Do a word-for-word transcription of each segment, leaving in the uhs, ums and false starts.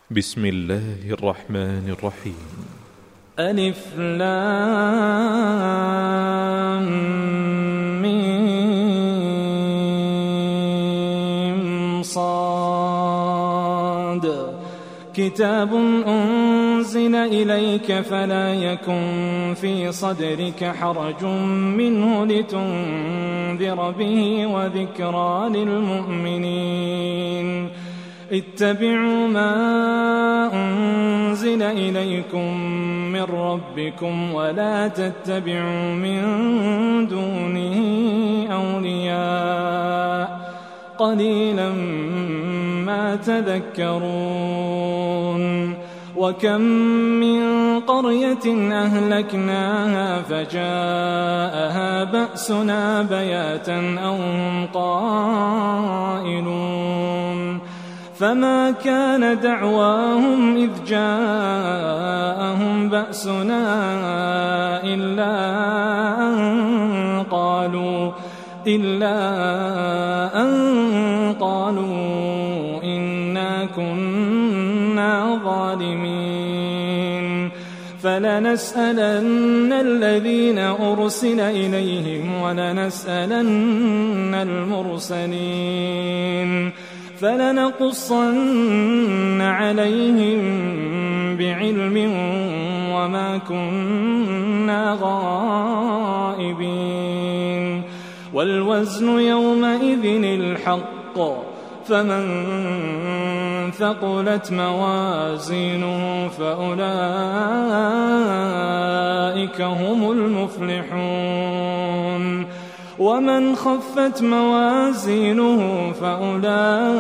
بسم الله الرحمن الرحيم. ألف لام ميم صاد كتاب أنزل إليك فلا يكن في صدرك حرج منه لتنذر به وذكرى للمؤمنين. اتبعوا ما أنزل إليكم من ربكم ولا تتبعوا من دونه أولياء قليلا ما تذكرون. وكم من قرية أهلكناها فجاءها بأسنا بياتا أو هم قائلون فما كان دعواهم إذ جاءهم بأسنا إلا أن قالوا إلا أن قالوا إنا كنا ظالمين. فلنسألن الذين أرسل إليهم ولنسألن المرسلين فلنقصن عليهم بعلم وما كنا غائبين. والوزن يومئذ الحق فمن ثقلت موازينه فأولئك هم المفلحون. ومن خفت موازينه فأولئك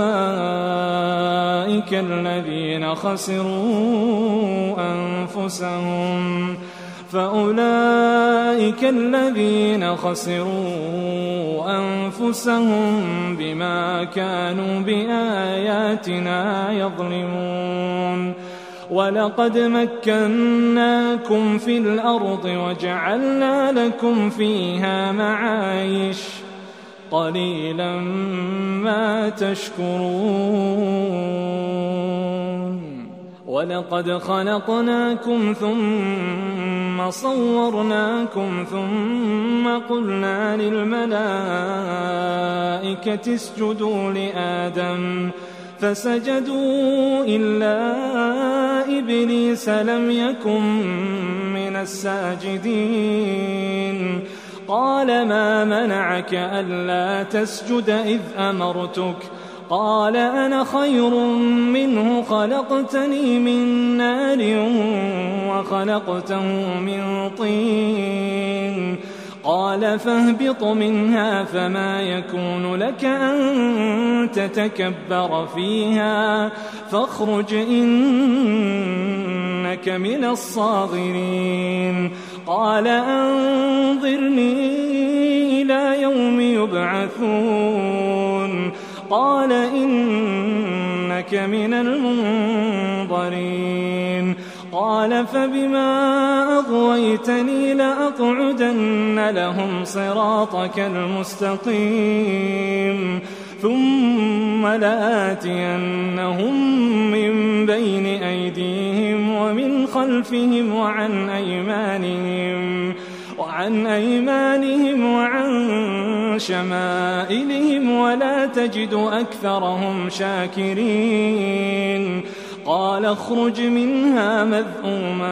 الذين خسروا أنفسهم فأولئك الذين خسروا أنفسهم بما كانوا بآياتنا يظلمون. ولقد مكناكم في الأرض وجعلنا لكم فيها معايش قليلا ما تشكرون. ولقد خلقناكم ثم صورناكم ثم قلنا للملائكة اسجدوا لآدم فسجدوا إلا إبليس لم يكن من الساجدين. قال ما منعك ألا تسجد إذ أمرتك؟ قال أنا خير منه خلقتني من نار وخلقته من طين. قال فاهبط منها فما يكون لك أن تتكبر فيها فاخرج إنك من الصاغرين. قال أنظرني إلى يوم يبعثون. قال إنك من المنظرين. قال فبما أغويتني لأقعدن لهم صراطك المستقيم ثم لآتينهم من بين أيديهم ومن خلفهم وعن أيمانهم وعن أيمانهم وعن شمائلهم ولا تجد أكثرهم شاكرين. قال اخرج منها مذءوما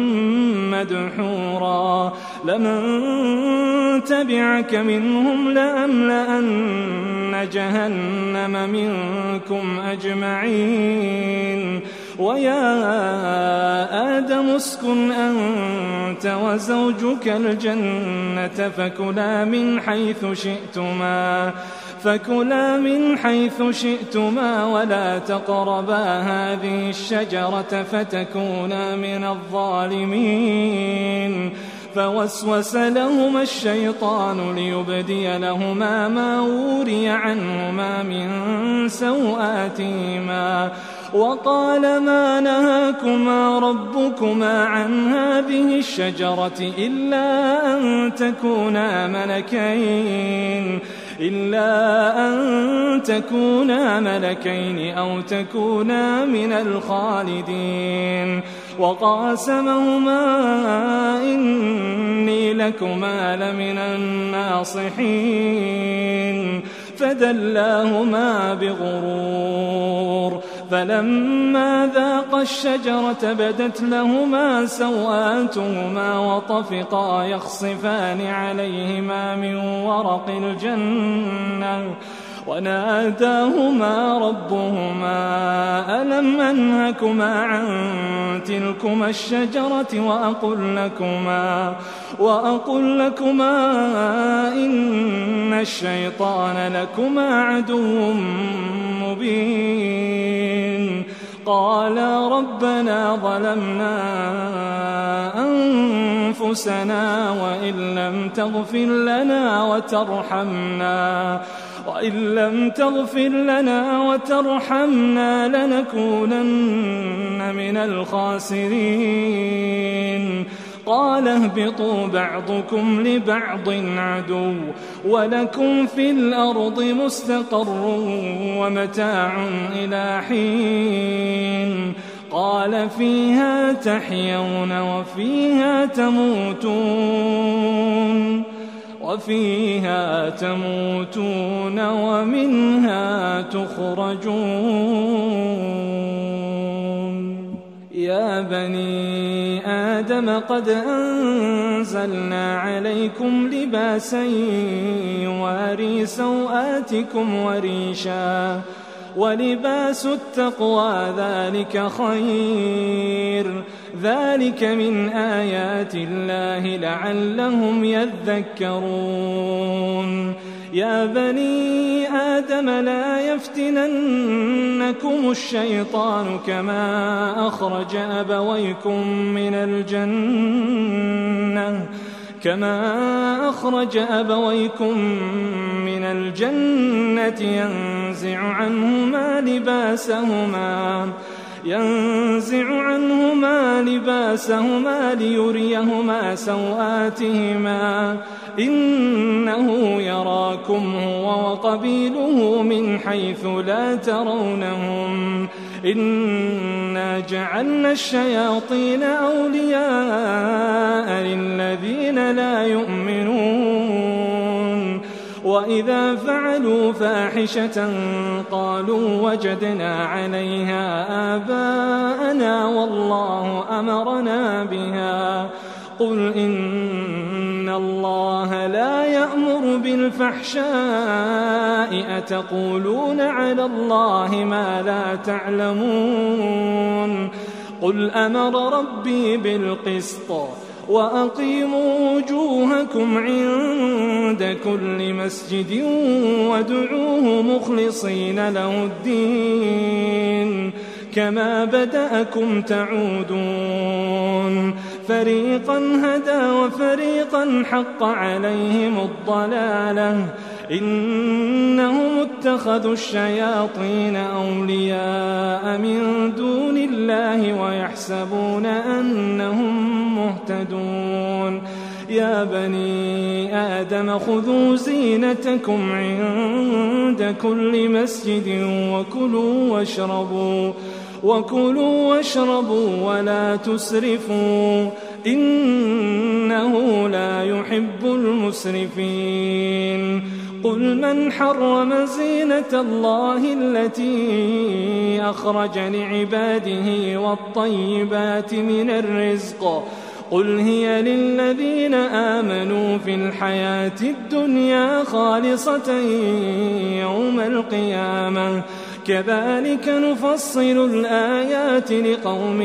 مدحورا لمن تبعك منهم لأملأن جهنم منكم أجمعين. ويا آدم اسكن أنت وزوجك الجنة فكلا من حيث شئتما فكلا من حيث شئتما ولا تقربا هذه الشجرة فتكونا من الظالمين. فوسوس لهما الشيطان ليبدي لهما ما وري عنهما من سوآتهما وقال ما نهاكما ربكما عن هذه الشجرة إلا أن تكونا ملكين إلا أن تكونا ملكين أو تكونا من الخالدين وقاسمهما إني لكما لمن الناصحين فدلاهما بغرور فلما ذاقا الشجرة بدت لهما سوآتهما وطفقا يخصفان عليهما من ورق الجنة وناداهما ربهما ألم أنهكما عن تلكما الشجرة وأقل لكما, وأقل لكما إن الشيطان لكما عدو مبين قالا ربنا ظلمنا أنفسنا وإن لم تغفر لنا وترحمنا وإن لم تغفر لنا وترحمنا لنكونن من الخاسرين قال اهبطوا بعضكم لبعض عدو ولكم في الأرض مستقر ومتاع إلى حين قال فيها تحيون وفيها تموتون وفيها تموتون ومنها تخرجون يا بني آدم قد أنزلنا عليكم لباسا يواري سوآتكم وريشا ولباس التقوى ذلك خير ذلك من آيات الله لعلهم يذكرون يا بني آدم لا يفتننكم الشيطان كما أخرج أبويكم من الجنة كما أخرج أبويكم من الجنة ينزع عنهما لباسهما ينزع عنهما لباسهما ليريهما سوآتهما إنه يراكم هو وقبيله من حيث لا ترونهم إنا جعلنا الشياطين أولياء للذين لا يؤمنون وإذا فعلوا فاحشة قالوا وجدنا عليها آباءنا والله أمرنا بها قل إن الله لا يأمر بالفحشاء أتقولون على الله ما لا تعلمون قل أمر ربي بالقسط وأقيموا وجوهكم عند كل مسجد وادعوه مخلصين له الدين كما بدأكم تعودون فريقا هدى وفريقا حق عليهم الضلالة إنهم اتخذوا الشياطين أولياء من دون الله ويحسبون أنهم مهتدون يا بني آدم خذوا زينتكم عند كل مسجد وكلوا واشربوا وكلوا واشربوا ولا تسرفوا إنه لا يحب المسرفين قل من حرم زينة الله التي أخرج لعباده والطيبات من الرزق قل هي للذين آمنوا في الحياة الدنيا خالصة يوم القيامة كذلك نفصل الآيات لقوم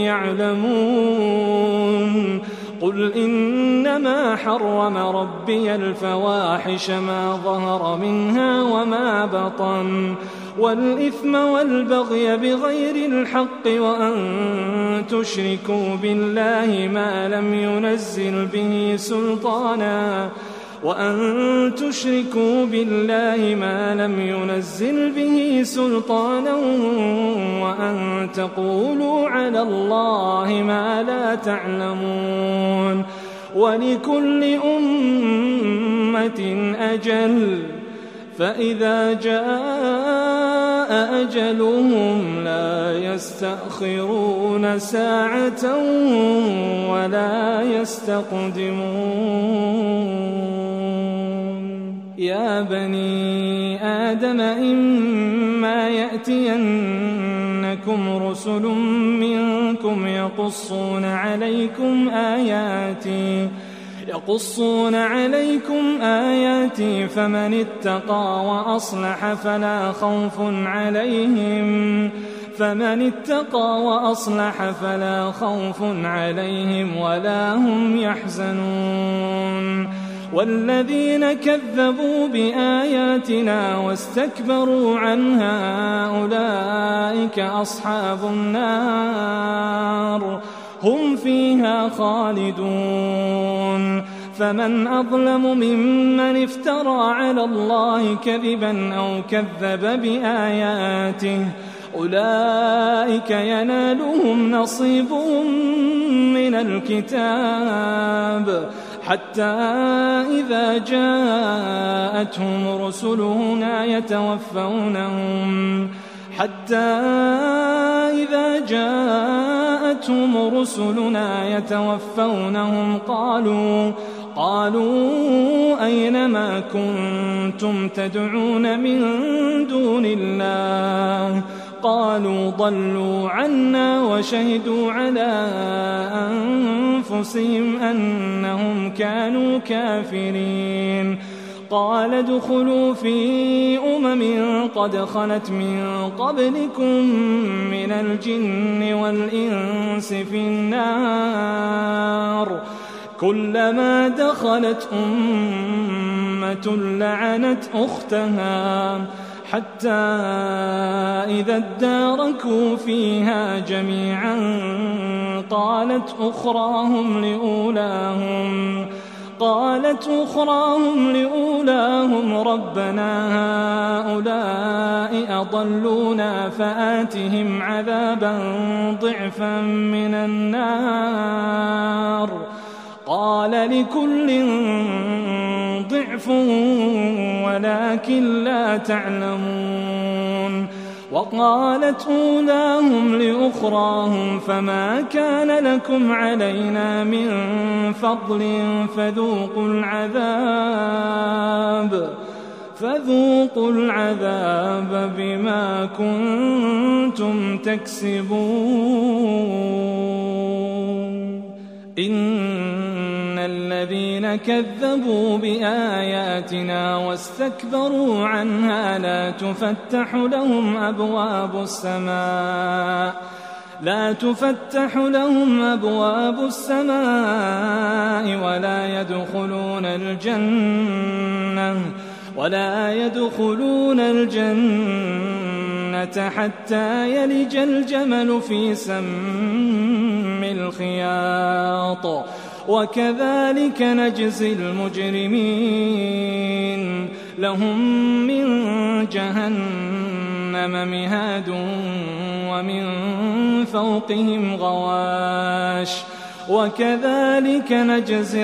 يعلمون قل إنما حرم ربي الفواحش ما ظهر منها وما بطن والإثم والبغي بغير الحق وأن تشركوا بالله ما لم ينزل به سلطانا وأن تشركوا بالله ما لم ينزل به سلطانا وأن تقولوا على الله ما لا تعلمون ولكل أمة أجل فإذا جاء أجلهم لا يستأخرون ساعة ولا يستقدمون يا بني آدم إما يأتينكم رسل منكم يقصون عليكم آياتي يقصون عليكم آياتي فمن اتقى وأصلح فلا خوف عليهم فمن اتقى وأصلح فلا خوف عليهم ولا هم يحزنون والذين كذبوا بآياتنا واستكبروا عنها أولئك أصحاب النار هم فيها خالدون فمن أظلم ممن افترى على الله كذبا أو كذب بآياته أولئك ينالهم نصيبهم من الكتاب حتى إذا جاءتهم رسلنا يتوفونهم حتى إذا جاءتهم رسلنا يتوفونهم قالوا قالوا أين ما كنتم تدعون من دون الله قالوا ضلوا عنا وشهدوا على أنفسهم أنهم كانوا كافرين قال ادخلوا في أمم قد خلت من قبلكم من الجن والإنس في النار كلما دخلت أمة لعنت أختها حتى إذا اداركوا فيها جميعا قالت أخراهم لأولاهم قالت أخراهم لأولاهم ربنا هؤلاء أضلونا فآتهم عذابا ضعفا من النار قال لكل ضعف ولكن لا تعلمون وقالت أولاهم لأخراهم فما كان لكم علينا من فضل فذوقوا العذاب فذوقوا العذاب بما كنتم تكسبون إن الذين كذبوا بآياتنا واستكبروا عنها لا تفتح لهم أبواب السماء لا تفتح لهم أبواب السماء ولا يدخلون الجنة ولا يدخلون الجنة حتى يلج الجمل في سم الخياط وكذلك نجزي المجرمين لهم من جهنم مهاد ومن فوقهم غواش وكذلك نجزي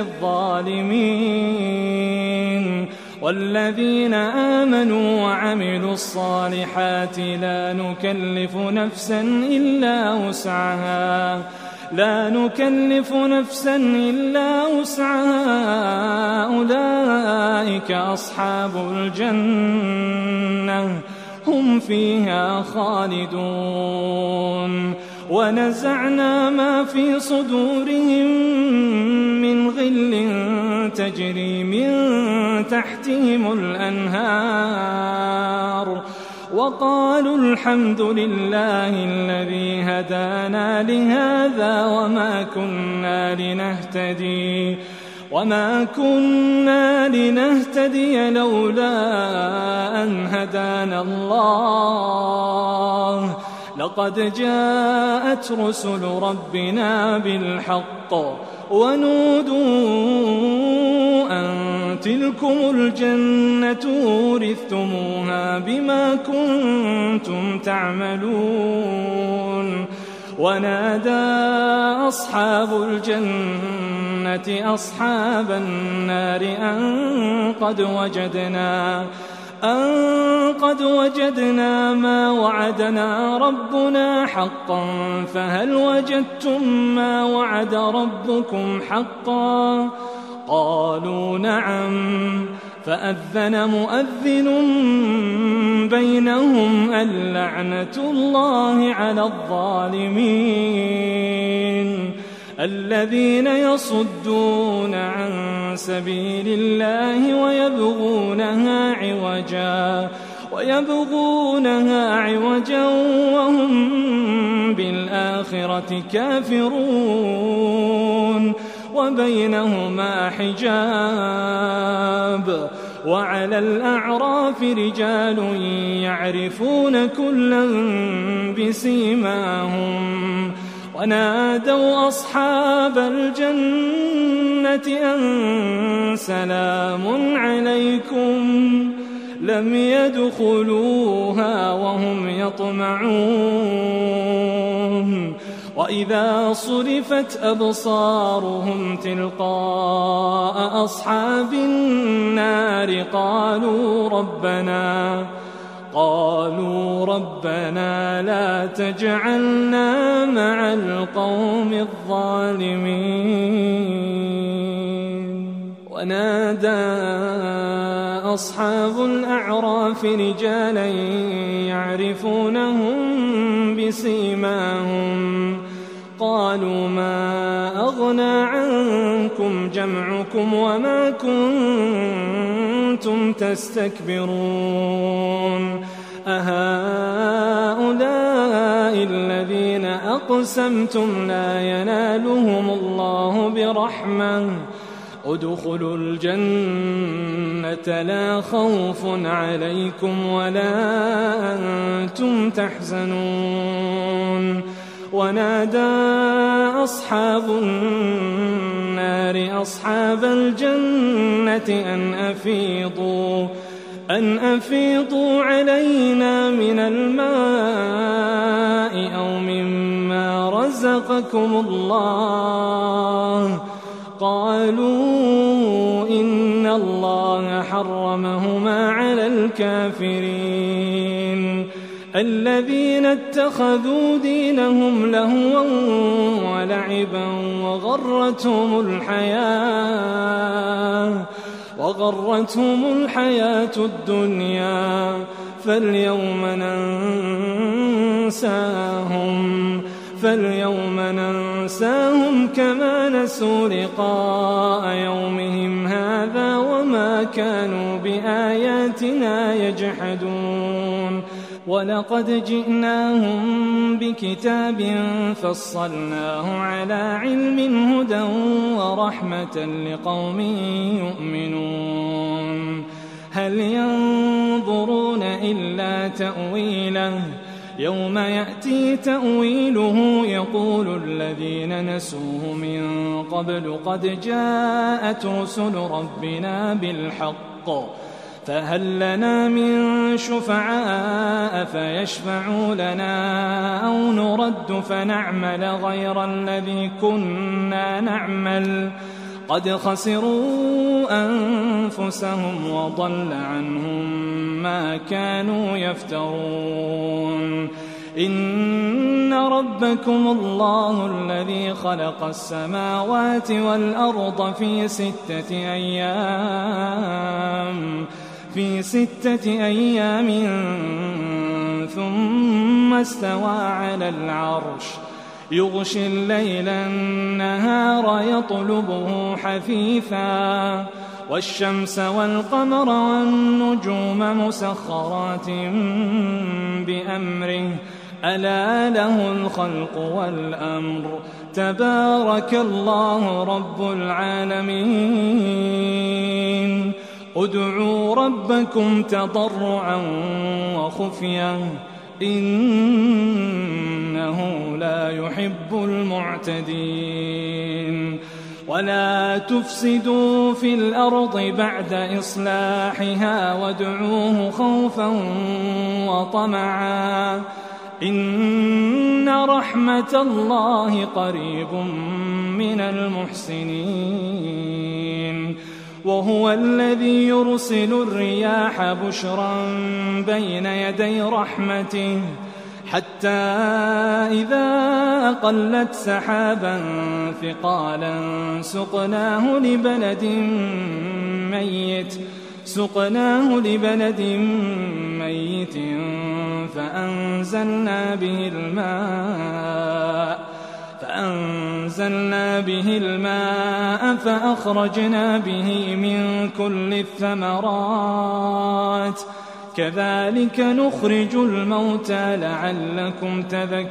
الظالمين والذين آمنوا وعملوا الصالحات لا نكلف نفسا إلا وسعها لا نكلف نفسا إلا وسعها أولئك أصحاب الجنة هم فيها خالدون ونزعنا ما في صدورهم من غل تجري من تحتهم الأنهار وقالوا الحمد لله الذي هدانا لهذا وما كنا لنهتدي وما كنا لنهتدي لولا أن هدانا الله لقد جاءت رسل ربنا بالحق ونودوا أن تلكم الجنة أورثتموها بما كنتم تعملون ونادى أصحاب الجنة أصحاب النار أن قد وجدنا أن قد وجدنا ما وعدنا ربنا حقا فهل وجدتم ما وعد ربكم حقا؟ قالوا نعم. فأذن مؤذن بينهم اللعنة الله على الظالمين الذين يصدون عن سبيل الله ويبغونها عوجا ويبغونها عوجا وهم بالآخرة كافرون وبينهما حجاب وعلى الأعراف رجال يعرفون كلا بسيماهم ونادوا أصحاب الجنة أن سلام عليكم لم يدخلوها وهم يطمعون وإذا صرفت أبصارهم تلقاء أصحاب النار قالوا ربنا قالوا ربنا لا تجعلنا مع القوم الظالمين. ونادى أصحاب الأعراف رجالا يعرفونهم بسيماهم قالوا ما أغنى عنكم جمعكم وما كنتم تستكبرون أهؤلاء الذين أقسمتم لا ينالهم الله برحمة ادخلوا الجنة لا خوف عليكم ولا أنتم تحزنون. ونادى أصحاب النار أصحاب الجنة أن أفيضوا أن أفيضوا علينا من الماء أو مما رزقكم الله قالوا إن الله حرمهما على الكافرين الذين اتخذوا دينهم لهوا ولعبا وغرتهم الحياة وغرتهم الحياة الدنيا فاليوم ننساهم فاليوم ننساهم كما نسوا لقاء يومهم هذا وما كانوا بآياتنا يجحدون. ولقد جئناهم بكتاب فصلناه على علم هدى ورحمة لقوم يؤمنون. هل ينظرون إلا تأويله يوم يأتي تأويله يقول الذين نسوه من قبل قد جاءت رسل ربنا بالحق فهل لنا من شفعاء فيشفعوا لنا أو نرد فنعمل غير الذي كنا نعمل قد خسروا أنفسهم وضل عنهم ما كانوا يفترون. إن ربكم الله الذي خلق السماوات والأرض في ستة أيام في ستة أيام ثم استوى على العرش يغشي الليل النهار يطلبه حثيثا والشمس والقمر والنجوم مسخرات بأمره ألا له الخلق والأمر تبارك الله رب العالمين. ادعوا ربكم تضرعا وخفيا إنه لا يحب المعتدين. ولا تفسدوا في الأرض بعد إصلاحها وادعوه خوفا وطمعا إن رحمة الله قريب من المحسنين. وهو الذي يرسل الرياح بشرا بين يدي رحمته حتى إذا أقلت سحابا ثقالا سقناه لبلد ميت سقناه لبلد ميت فأنزلنا به الماء فأنزلنا به الماء فأخرجنا به من كل الثمرات كذلك نخرج الموتى لعلكم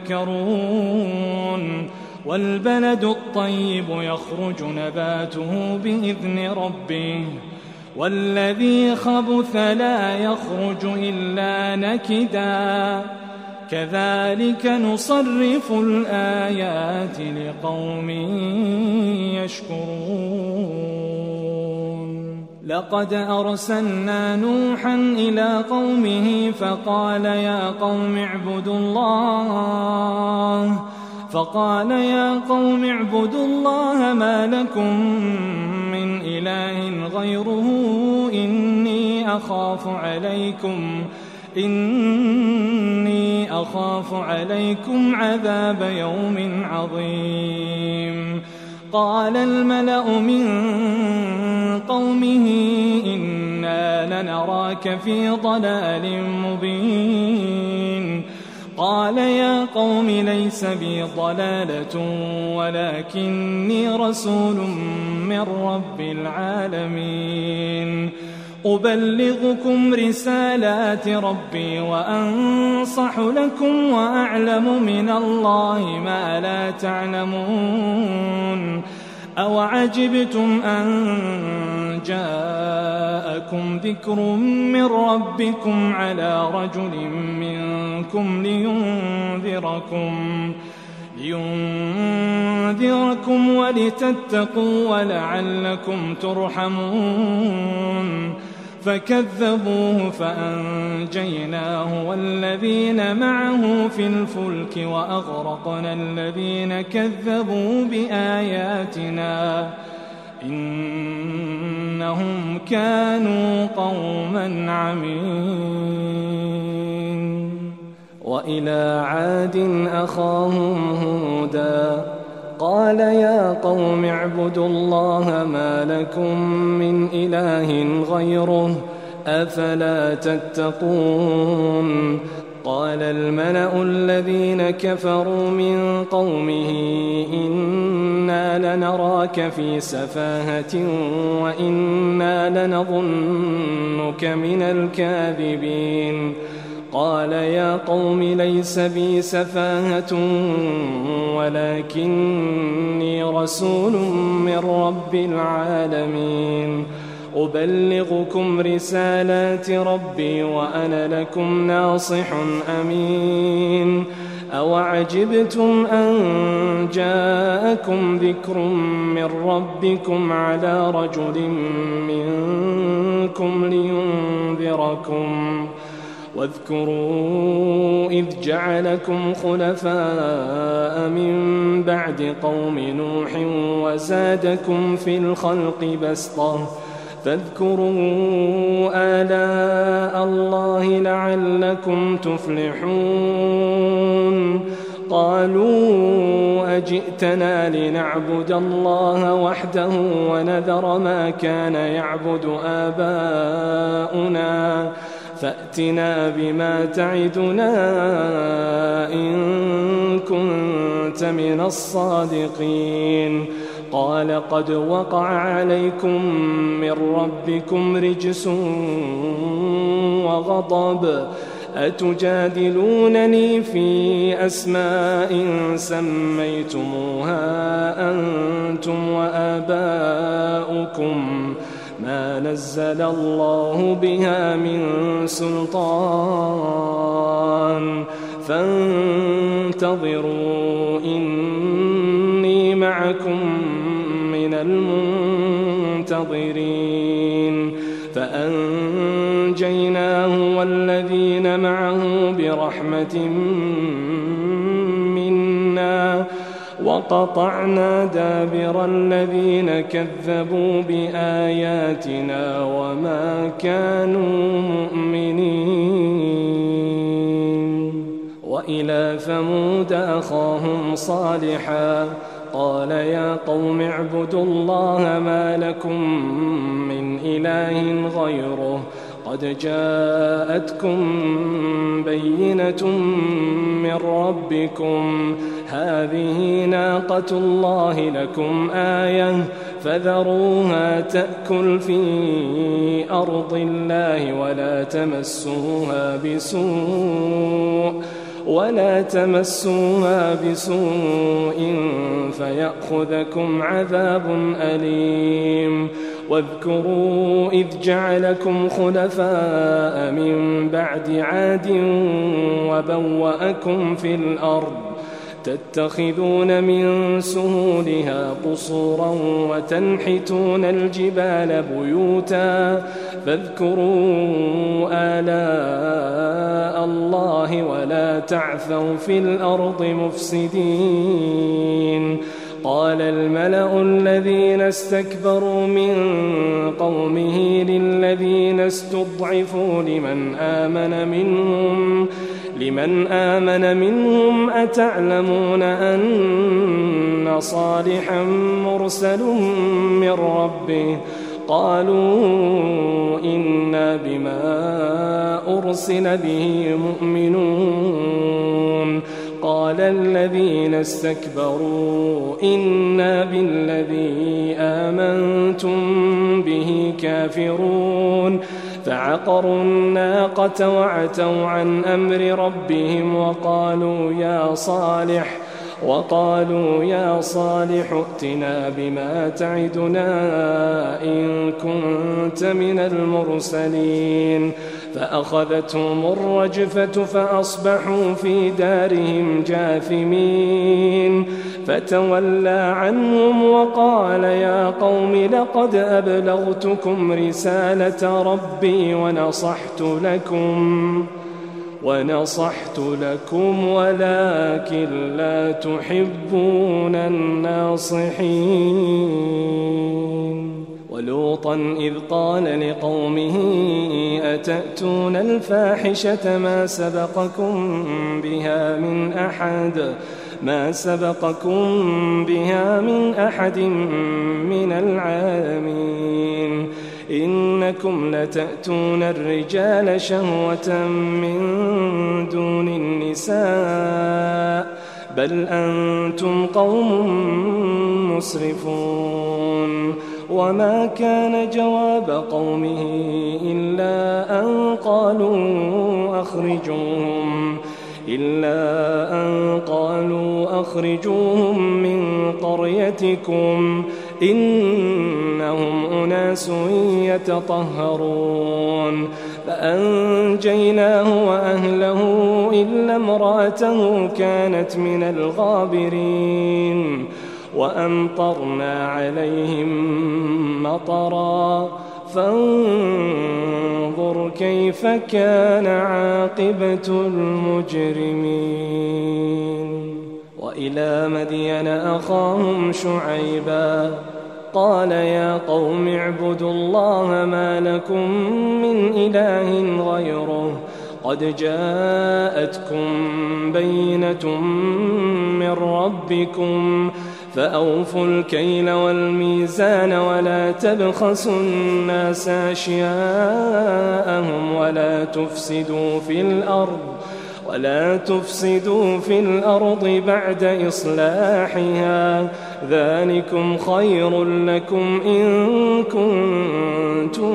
تذكرون والبلد الطيب يخرج نباته بإذن ربه والذي خبث لا يخرج إلا نكدا كذلك نصرف الآيات لقوم يشكرون لقد أرسلنا نوحا إلى قومه فقال يا قوم اعبدوا الله فقال يا قوم اعبدوا الله ما لكم من إله غيره إني أخاف عليكم إني أخاف عليكم عذاب يوم عظيم قال الملأ من قومه إنا لنراك في ضلال مبين قال يا قوم ليس بي ضلالة ولكني رسول من رب العالمين أبلغكم رسالات ربي وأنصح لكم وأعلم من الله ما لا تعلمون أوعجبتم أن جاءكم ذكر من ربكم على رجل منكم لينذركم لينذركم ولتتقوا ولعلكم ترحمون فكذبوه فأنجيناه والذين معه في الفلك وأغرقنا الذين كذبوا بآياتنا إنهم كانوا قوما عمين وإلى عاد أخاهم هودا قال يا قوم اعبدوا الله ما لكم من إله غيره أفلا تتقون قال الملأ الذين كفروا من قومه إنا لنراك في سفاهة وإنا لنظنك من الكاذبين قال يا قوم ليس بي سفاهة ولكني رسول من رب العالمين أبلغكم رسالات ربي وأنا لكم ناصح أمين أوعجبتم أن جاءكم ذكر من ربكم على رجل منكم لينذركم واذكروا إذ جعلكم خلفاء من بعد قوم نوح وزادكم في الخلق بسطة فاذكروا آلاء الله لعلكم تفلحون قالوا أجئتنا لنعبد الله وحده ونذر ما كان يعبد آباؤنا فأتنا بما تعدنا إن كنت من الصادقين قال قد وقع عليكم من ربكم رجس وغضب أتجادلونني في أسماء سميتموها أنتم وآباؤكم ما نزل الله بها من سلطان فانتظروا إني معكم من المنتظرين فأنجيناه والذين معه برحمة منا وقطعنا دابر الذين كذبوا بآياتنا وما كانوا مؤمنين. وإلى ثمود أخاهم صالحا قال يا قوم اعبدوا الله ما لكم من إله غيره قد جاءتكم بينة من ربكم هذه ناقة الله لكم آية فذروها تأكل في أرض الله ولا تمسوها بسوء ولا تمسوها بسوء فيأخذكم عذاب أليم. واذكروا إذ جعلكم خلفاء من بعد عاد وبوأكم في الأرض تتخذون من سهولها قصورا وتنحتون الجبال بيوتا فاذكروا آلاء الله ولا تعثوا في الأرض مفسدين. قال الملأ الذين استكبروا من قومه للذين استضعفوا لمن آمن منهم لمن آمن منهم أتعلمون أن صالحا مرسل من ربه قالوا إنا بما أرسل به مؤمنون. قال الذين استكبروا إنا بالذي آمنتم به كافرون. فعقروا الناقة وعتوا عن أمر ربهم وقالوا يا صالح وقالوا يا صالح ائتنا بما تعدنا إن كنت من المرسلين. فأخذتهم الرجفة فأصبحوا في دارهم جاثمين. فتولى عنهم وقال يا قوم لقد أبلغتكم رسالة ربي ونصحت لكم ونصحت لكم ولكن لا تحبون الناصحين. ولوطا إذ قال لقومه أتأتون الفاحشة ما سبقكم بها من أحد ما سبقكم بها من أحد من العالمين. إنكم لتأتون الرجال شهوة من دون النساء بل أنتم قوم مسرفون. وما كان جواب قومه إلا أن قالوا أخرجوهم إلا أن قالوا أخرجوهم من قريتكم إنهم أناس يتطهرون. فأنجيناه وأهله إلا امرأته كانت من الغابرين. وأمطرنا عليهم مطرا فانظر كيف كان عاقبة المجرمين. وإلى مدين أخاهم شعيبا قال يا قوم اعبدوا الله ما لكم من إله غيره قد جاءتكم بينة من ربكم فأوفوا الكيل والميزان ولا تبخسوا الناس أشياءهم ولا تفسدوا في الأرض ولا تفسدوا في الأرض بعد إصلاحها ذلكم خير لكم إن كنتم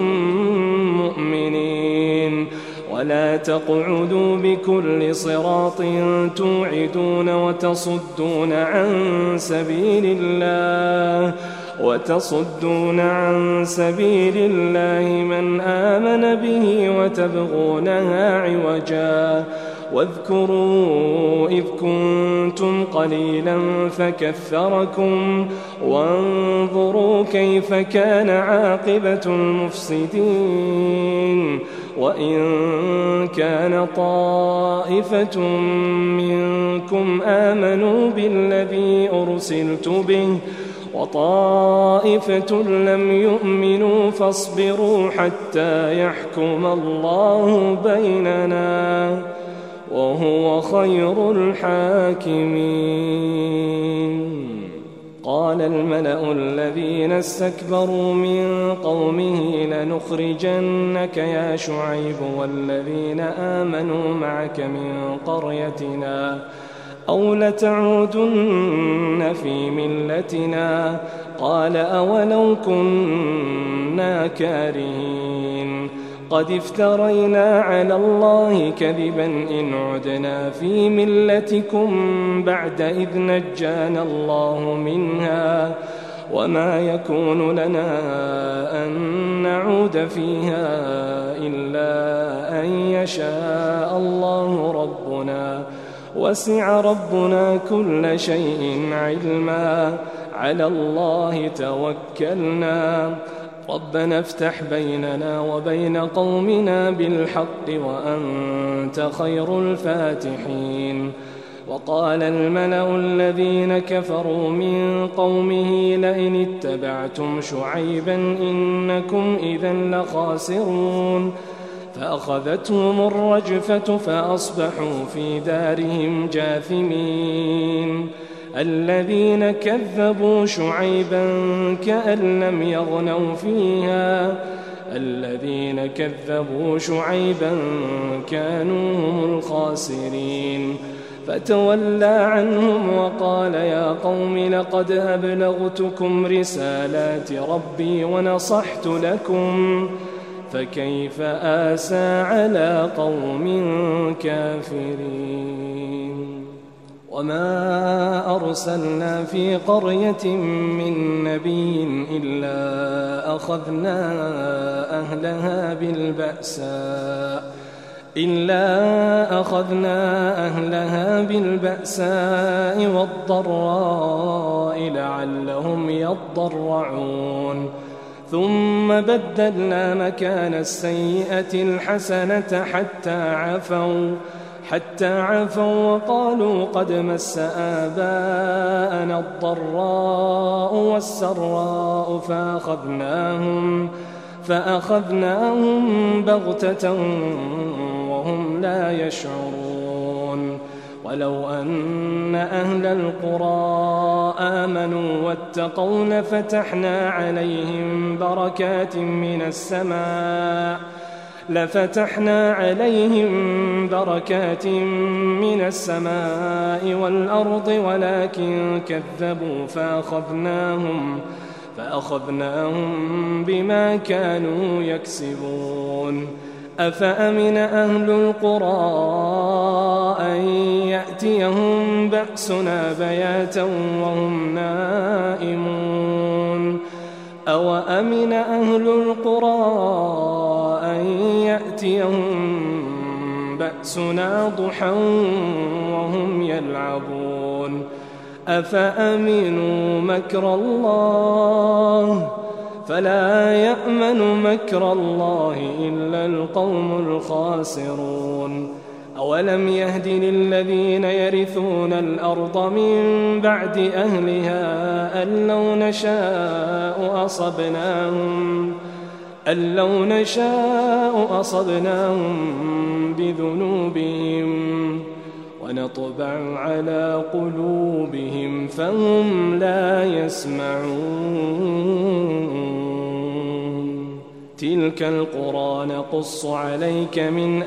مؤمنين. ولا تقعدوا بكل صراط توعدون وتصدون عن سبيل الله وتصدون عن سبيل الله من آمن به وتبغونها عوجا. واذكروا إذ كنتم قليلا فكثركم وانظروا كيف كان عاقبة المفسدين. وإن كان طائفة منكم آمنوا بالذي أرسلت به وطائفة لم يؤمنوا فاصبروا حتى يحكم الله بيننا وهو خير الحاكمين. قال الملأ الذين استكبروا من قومه لنخرجنك يا شعيب والذين آمنوا معك من قريتنا أو لتعودن في ملتنا. قال أولو كنا كارهين قد افترينا على الله كذبا إن عدنا في ملتكم بعد إذ نجانا الله منها وما يكون لنا أن نعود فيها إلا أن يشاء الله ربنا وسع ربنا كل شيء علما على الله توكلنا ربنا افتح بيننا وبين قومنا بالحق وأنت خير الفاتحين. وقال الملأ الذين كفروا من قومه لئن اتبعتم شعيبا إنكم إذا لخاسرون. فأخذتهم الرجفة فأصبحوا في دارهم جاثمين. الذين كذبوا شعيبا كأن لم يغنوا فيها الذين كذبوا شعيبا كانوا هم الخاسرين. فتولى عنهم وقال يا قوم لقد أبلغتكم رسالات ربي ونصحت لكم فكيف آسى على قوم كافرين. وما أرسلنا في قرية من نبي إلا أخذنا أهلها بالبأساء إلا أخذنا أهلها بالبأساء والضراء لعلهم يضرعون. ثم بدلنا مكان السيئة الحسنة حتى عفوا حتى عفوا وقالوا قد مس آباءنا الضراء والسراء فأخذناهم فأخذناهم بغتة وهم لا يشعرون. ولو أن أهل القرى آمنوا واتقوا لفتحنا عليهم بركات من السماء لفتحنا عليهم بركات من السماء والأرض ولكن كذبوا فأخذناهم فأخذناهم بما كانوا يكسبون. أفأمن أهل القرى أن يأتيهم بأسنا بياتا وهم نائمون أو أمن أهل القرى أن يأتيهم بأسنا ضحى وهم يلعبون. أفأمنوا مكر الله فلا يأمن مكر الله إلا القوم الخاسرون. أولم يهد للذين يرثون الأرض من بعد أهلها أن لو نشاء أصبناهم أن لو نشاء أصبناهم بذنوبهم ونطبع على قلوبهم فهم لا يسمعون. تلك القرى نقص عليك من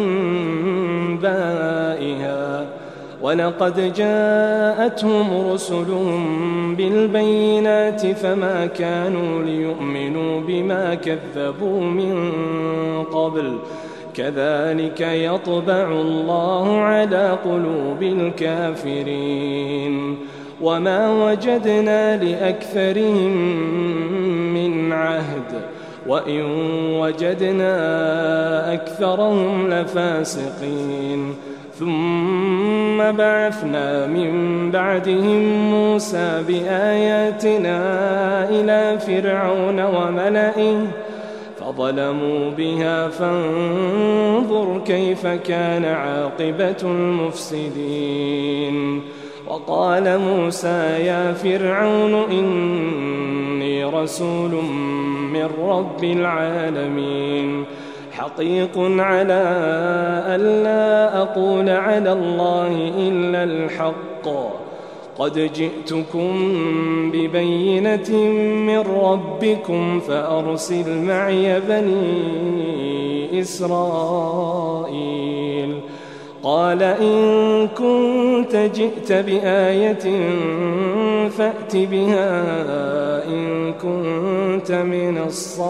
أنبائها ولقد جاءتهم رسلهم بالبينات فما كانوا ليؤمنوا بما كذبوا من قبل كذلك يطبع الله على قلوب الكافرين. وما وجدنا لأكثرهم من عهد وإن وجدنا أكثرهم لفاسقين. ثم بعثنا من بعدهم موسى بآياتنا إلى فرعون وملئه فظلموا بها فانظر كيف كان عاقبة المفسدين. وقال موسى يا فرعون إني رسول من رب العالمين حقيق على ألا أقول على الله إلا الحق قد جئتكم ببينة من ربكم فأرسل معي بني إسرائيل. قال إن كنت جئت بآية فأت بها إن كنت من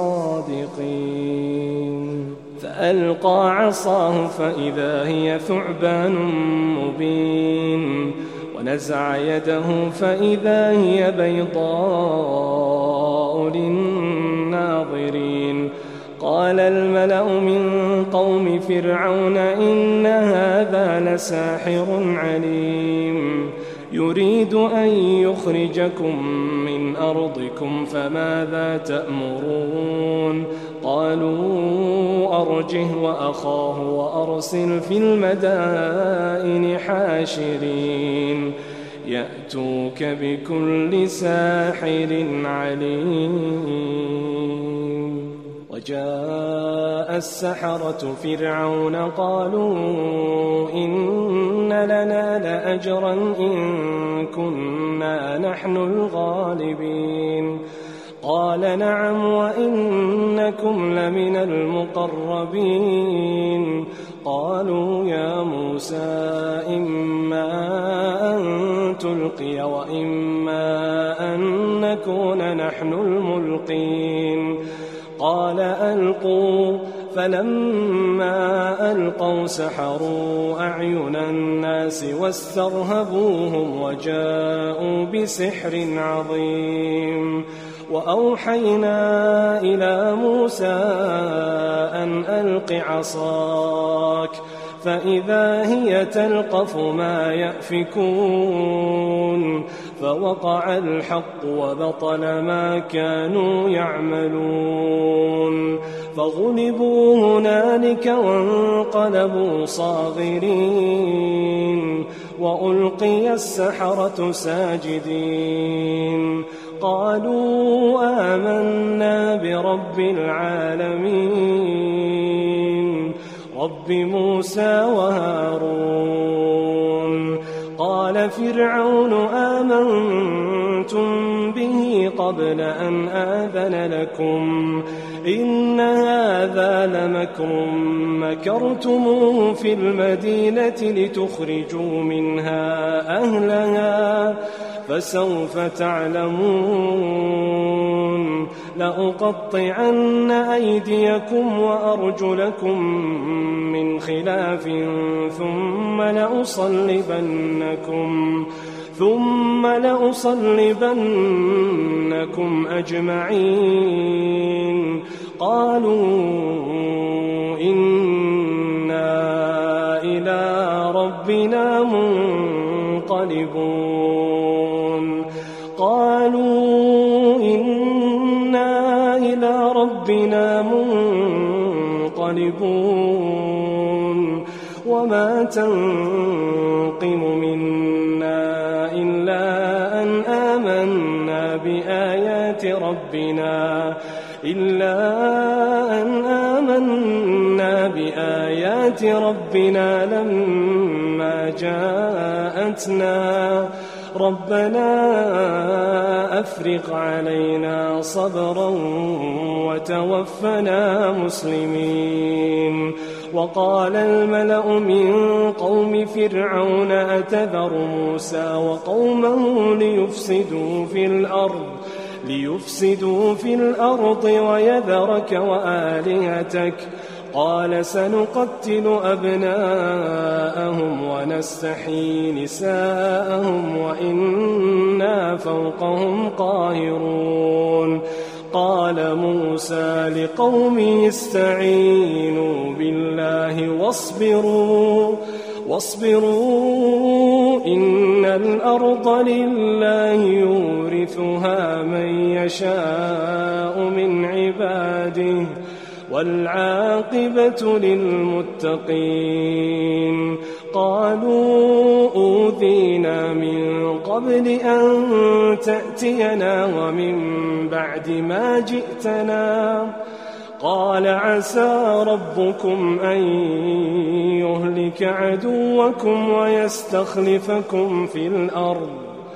الصادقين. فألقى عصاه فإذا هي ثعبان مبين ونزع يده فإذا هي بيضاء للناظرين. قال الملأ من قوم فرعون إن هذا لساحر عليم يريد أن يخرجكم من أرضكم فماذا تأمرون. قالوا أرجه وأخاه وأرسل في المدائن حاشرين يأتوك بكل ساحر عليم. وجاء السحرة فرعون قالوا إن لنا لأجرا إن كنا نحن الغالبين. قال نعم وإنكم لمن المقربين. قالوا يا موسى إما أن تلقي وإما أن نكون نحن الملقين. قال ألقوا فلما ألقوا سحروا أعين الناس واسترهبوهم وجاءوا بسحر عظيم. وأوحينا إلى موسى أن ألق عصاك فإذا هي تلقف ما يأفكون. فوقع الحق وبطل ما كانوا يعملون. فغلبوا هنالك وانقلبوا صاغرين وألقي السحرة ساجدين. قالوا آمنا برب العالمين رب موسى وهارون. قال فرعون آمنتم به قبل أن آذن لكم إن هذا لمكر مكرتموه في المدينة لتخرجوا منها أهلها فسوف تعلمون. لأقطعن أيديكم وأرجلكم من خلاف ثم لأصلبنكم ثم لأصلبنكم أجمعين. قالوا إنا إلى ربنا منقلبون. قالوا إنا إلى ربنا منقلبون. وما تنقم منا إلا أن آمنا بآيات ربنا إلا أن آمنا بآيات ربنا لما جاءتنا ربنا أفرغ علينا صبرا وتوفنا مسلمين. وقال الملأ من قوم فرعون أتذر موسى وقومه ليفسدوا في الأرض ليفسدوا في الأرض ويذرك وآلهتك قال سنقتل أبناءهم ونستحيي نساءهم وإنا فوقهم قاهرون. قال موسى لقومه استعينوا بالله واصبروا واصبروا إن الأرض لله يورثها من يشاء من عباده والعاقبة للمتقين. قالوا أوذينا من قبل أن تأتينا ومن بعد ما جئتنا. قال عسى ربكم أن يهلك عدوكم ويستخلفكم في الأرض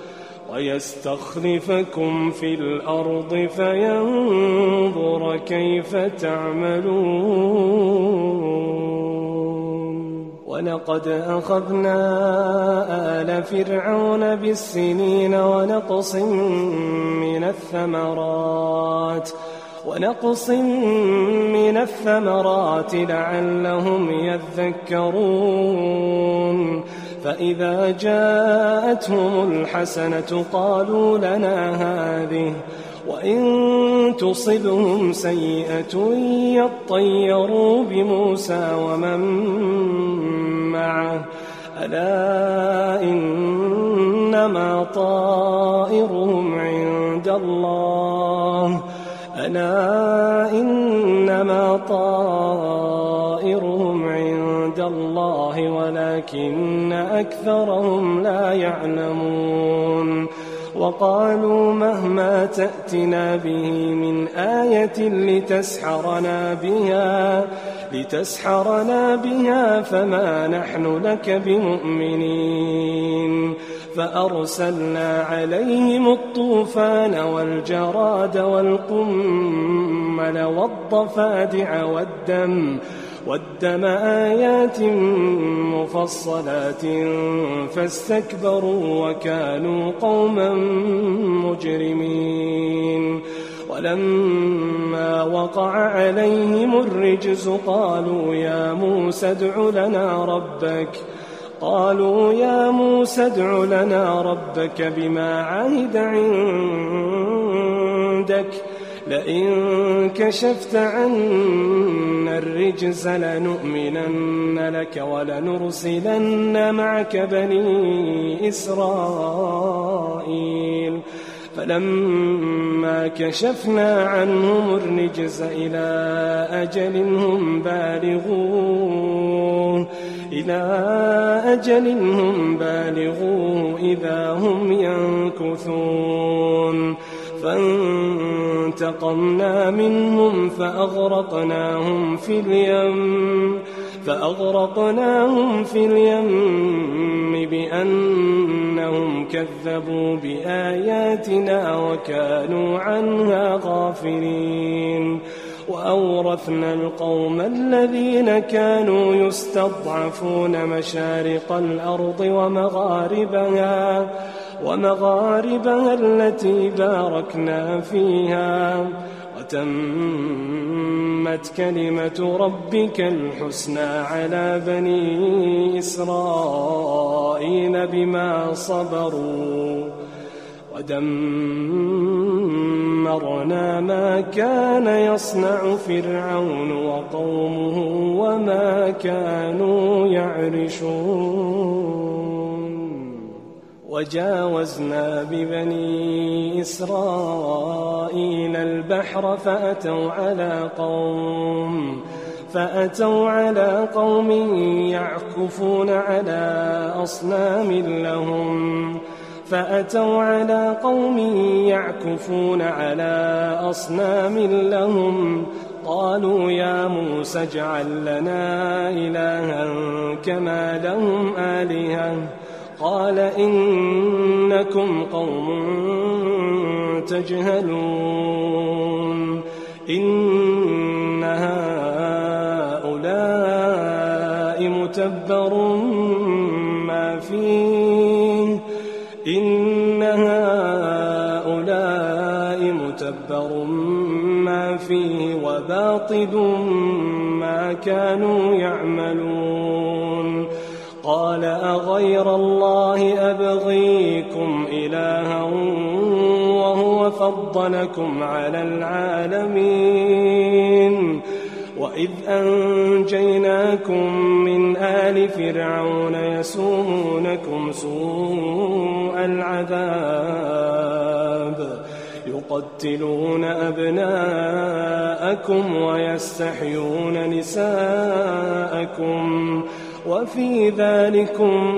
ويستخلفكم في الأرض فينظر كيف تعملون. ولقد أخذنا آل فرعون بالسنين ونقص من الثمرات ونقص من الثمرات لعلهم يذكرون. فإذا جاءتهم الحسنة قالوا لنا هذه وإن تصبهم سيئة يطيروا بموسى ومن معه ألا إنما طائرهم عند الله ألا إنما طائرهم عند الله ولكن أكثرهم لا يعلمون. وقالوا مهما تأتنا به من آية لتسحرنا بها لتسحرنا بها فما نحن لك بمؤمنين. فأرسلنا عليهم الطوفان والجراد والقمل والضفادع والدم والدم آيات مفصلات فاستكبروا وكانوا قوما مجرمين. ولما وقع عليهم الرجز قالوا يا موسى ادع لنا ربك قالوا يا موسى ادع لنا ربك بما عهد عندك لئن كشفت عنا الرجز لنؤمنن لك ولنرسلن معك بني إسرائيل. فلما كشفنا عنهم الرجز إلى أجل هم بالغوه إلى أجل هم بالغوه إذا هم ينكثون. فانتقمنا منهم فأغرقناهم في اليم فأغرقناهم في اليم بأنهم كذبوا بآياتنا وكانوا عنها غافلين. وأورثنا القوم الذين كانوا يستضعفون مشارق الأرض ومغاربها ومغاربها التي باركنا فيها وتمت كلمة ربك الحسنى على بني إسرائيل بما صبروا ودمرنا ما كان يصنع فرعون وقومه وما كانوا يعرشون. وجاوزنا ببني إسرائيل البحر فأتوا على قوم فأتوا على قوم يعكفون على أصنام لهم فأتوا على قوم يعكفون على أصنام لهم قالوا يا موسى اجعل لنا إلها كما لهم آلهة قال إنكم قوم تجهلون. إن هؤلاء متبر ما فيه إن هؤلاء متبر ما فيه وباطل ما كانوا يعملون. قال أغير الله أبغيكم إلها وهو فضلكم على العالمين وإذ أنجيناكم من آل فرعون يسومونكم سوء العذاب تقتلون أبناءكم ويستحيون نساءكم وفي ذلكم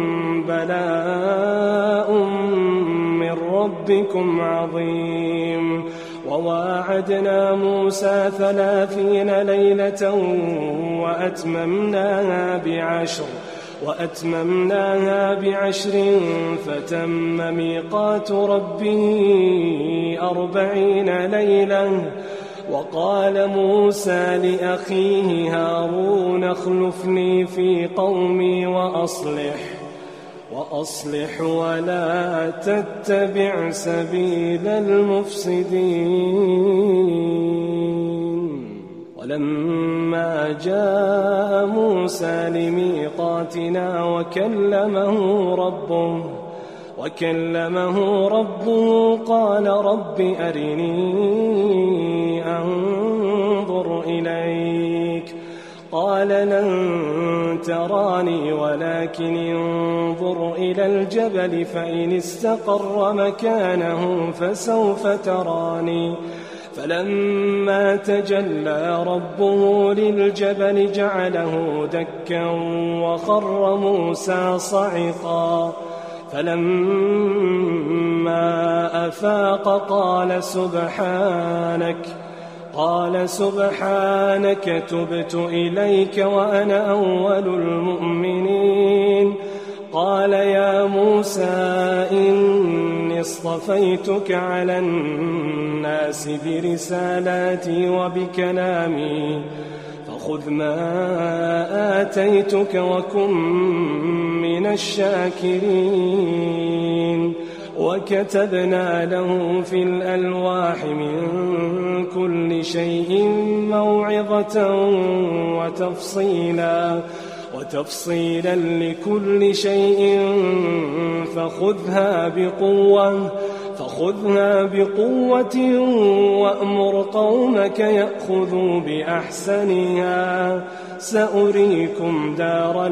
بلاء من ربكم عظيم. وواعدنا موسى ثلاثين ليلة وأتممناها بعشر وأتممناها بعشر فتم ميقات ربي أربعين ليلة. وقال موسى لأخيه هارون اخلفني في قومي وأصلح وأصلح ولا تتبع سبيل المفسدين. ولما جاء موسى لميقاتنا وكلمه ربه وكلمه ربه قال رب أرني أنظر إليك. قال لن تراني ولكن انظر إلى الجبل فإن استقر مكانه فسوف تراني. فلما تجلى ربه للجبل جعله دكا وخر موسى صعقا. فلما أفاق قال سبحانك قال سبحانك تبت إليك وأنا أول المؤمنين. قال يا موسى إني اصطفيتك على الناس برسالاتي وبكلامي فخذ ما آتيتك وكن من الشاكرين. وكتبنا له في الألواح من كل شيء موعظة وتفصيلا وتفصيلا لكل شيء فخذها بقوة فخذها بقوة وأمر قومك يأخذوا بأحسنها سأريكم دار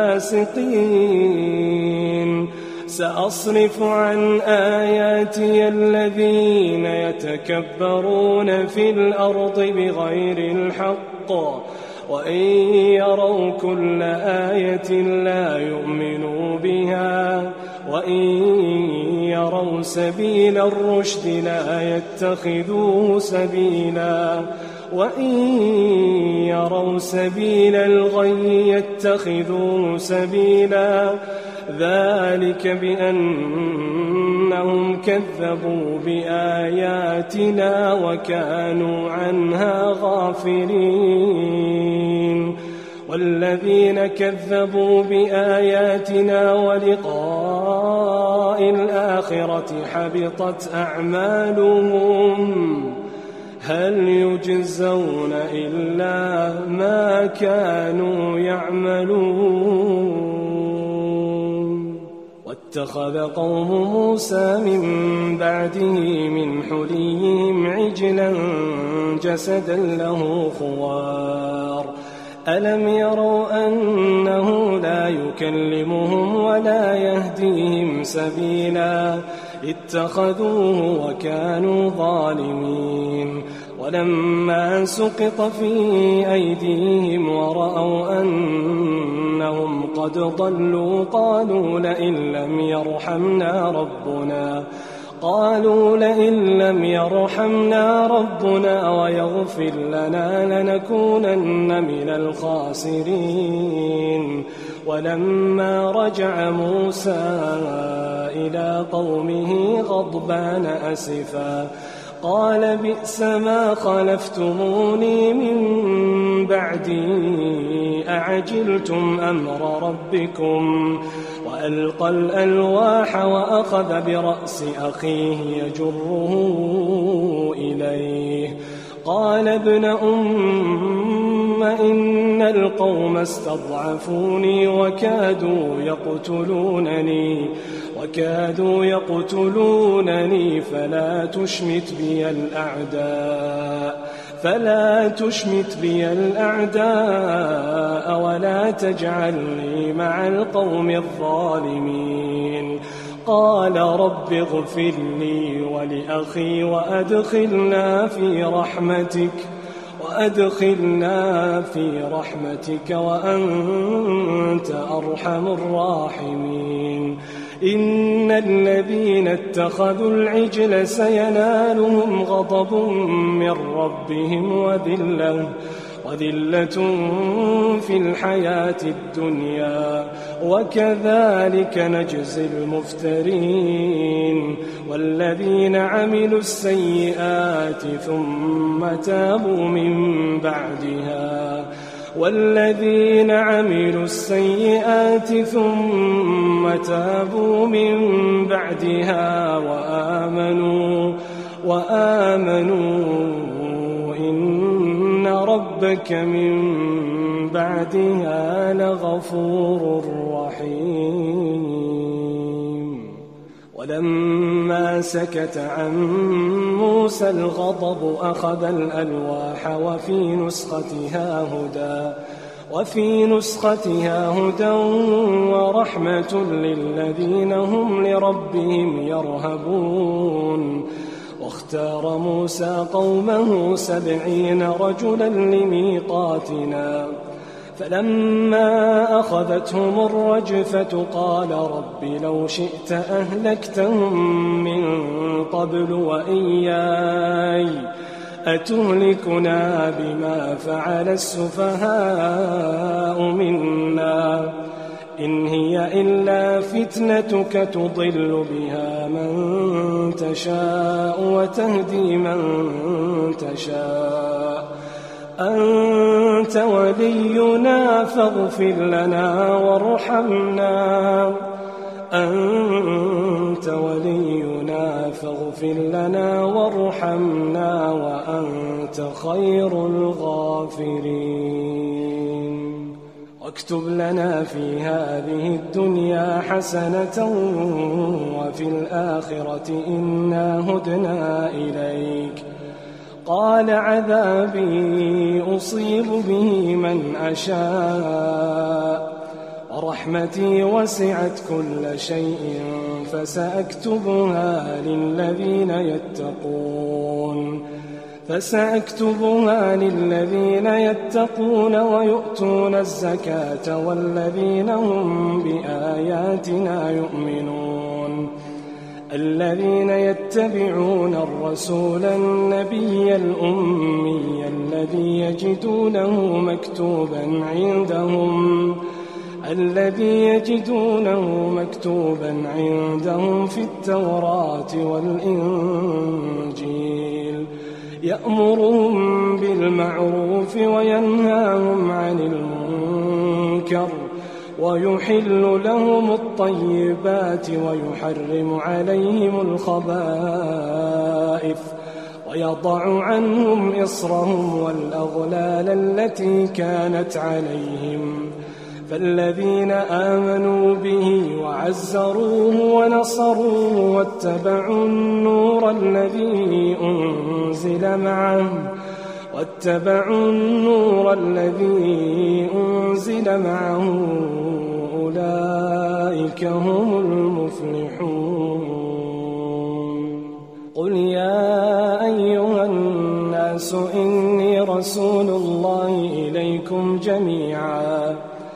الفاسقين. سأصرف عن آياتي الذين يتكبرون في الأرض بغير الحق وإن يروا كل آية لا يؤمنوا بها وإن يروا سبيل الرشد لا يتخذوه سبيلا وإن يروا سبيل الغي يتخذوه سبيلا. ذلك بأنهم كذبوا بآياتنا وكانوا عنها غافلين. والذين كذبوا بآياتنا ولقاء الآخرة حبطت أعمالهم هل يجزون إلا ما كانوا يعملون. واتخذ قوم موسى من بعده من حليهم عجلا جسدا له خوار ألم يروا أنه لا يكلمهم ولا يهديهم سبيلا اتخذوه وكانوا ظالمين. ولما سقط في أيديهم ورأوا أنهم قد ضلوا قالوا لئن لم يرحمنا ربنا قالوا لئن لم يرحمنا ربنا ويغفر لنا لنكونن من الخاسرين. ولما رجع موسى إلى قومه غضبان أسفا قال بئس ما خلفتموني من بعدي أعجلتم أمر ربكم. وألقى الألواح وأخذ برأس أخيه يجره إليه قال ابن أم إن القوم استضعفوني وكادوا يقتلونني وكادوا يقتلونني فلا تشمت بي الأعداء فلا تشمت بي الأعداء ولا تجعلني مع القوم الظالمين. قال رب اغفر لي ولأخي وأدخلنا في رحمتك وأدخلنا في رحمتك وأنت أرحم الراحمين. إن الذين اتخذوا العجل سينالهم غضب من ربهم وذلة وذلة في الحياة الدنيا وكذلك نجزي المفترين. والذين عملوا السيئات ثم تابوا من بعدها والذين عملوا السيئات ثم تابوا من بعدها وآمنوا وآمنوا إن ربك من بعدها لغفور رحيم. ولما سكت عن موسى الغضب أخذ الألواح وفي نسختها هدى وفي نسختها هدى ورحمة للذين هم لربهم يرهبون. واختار موسى قومه سبعين رجلا لميقاتنا فلما أخذتهم الرجفة قال رب لو شئت أهلكتهم من قبل وإياي أتهلكنا بما فعل السفهاء منا إن هي إلا فتنتك تضل بها من تشاء وتهدي من تشاء أنت ولينا فاغفر لنا وارحمنا أنت ولينا فاغفر لنا وارحمنا وأنت خير الغافرين. واكتب لنا في هذه الدنيا حسنة وفي الآخرة إنا هدنا إليك. قال عذابي أصيب به من أشاء ورحمتي وسعت كل شيء فسأكتبها للذين يتقون فسأكتبها للذين يتقون ويؤتون الزكاة والذين هم بآياتنا يؤمنون. الذين يتبعون الرسول النبي الأمي الذي يجدونه مكتوبا عندهم الذي يجدونه مكتوبا عندهم في التوراة والإنجيل يأمرهم بالمعروف وينهاهم عن المنكر ويحل لهم الطيبات ويحرم عليهم الخبائث ويضع عنهم إصرهم والأغلال التي كانت عليهم. فالذين آمنوا به وعزروه ونصروه واتبعوا النور الذي أنزل معه واتبعوا النور الذي أنزل معه أولئك هم المفلحون. قل يا أيها الناس إني رسول الله إليكم جميعا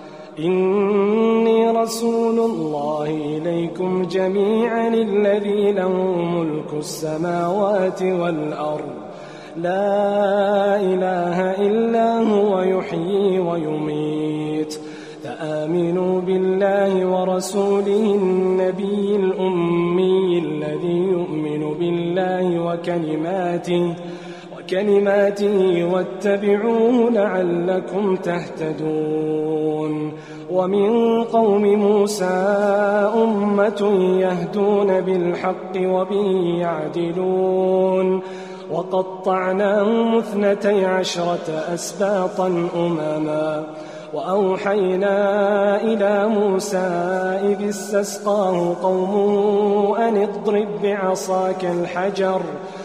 إني رسول الله إليكم جميعا الذي له ملك السماوات والأرض لا إله إلا هو يحيي ويميت. فآمنوا بالله ورسوله النبي الأمي الذي يؤمن بالله وكلماته وكلماته واتبعوه لعلكم تهتدون. ومن قوم موسى أمة يهدون بالحق وبه يعدلون. وقطعناهم اثنتي عشرة أسباطا أمما وأوحينا إلى موسى إذ استسقاه قومه أن اضرب بعصاك الحجر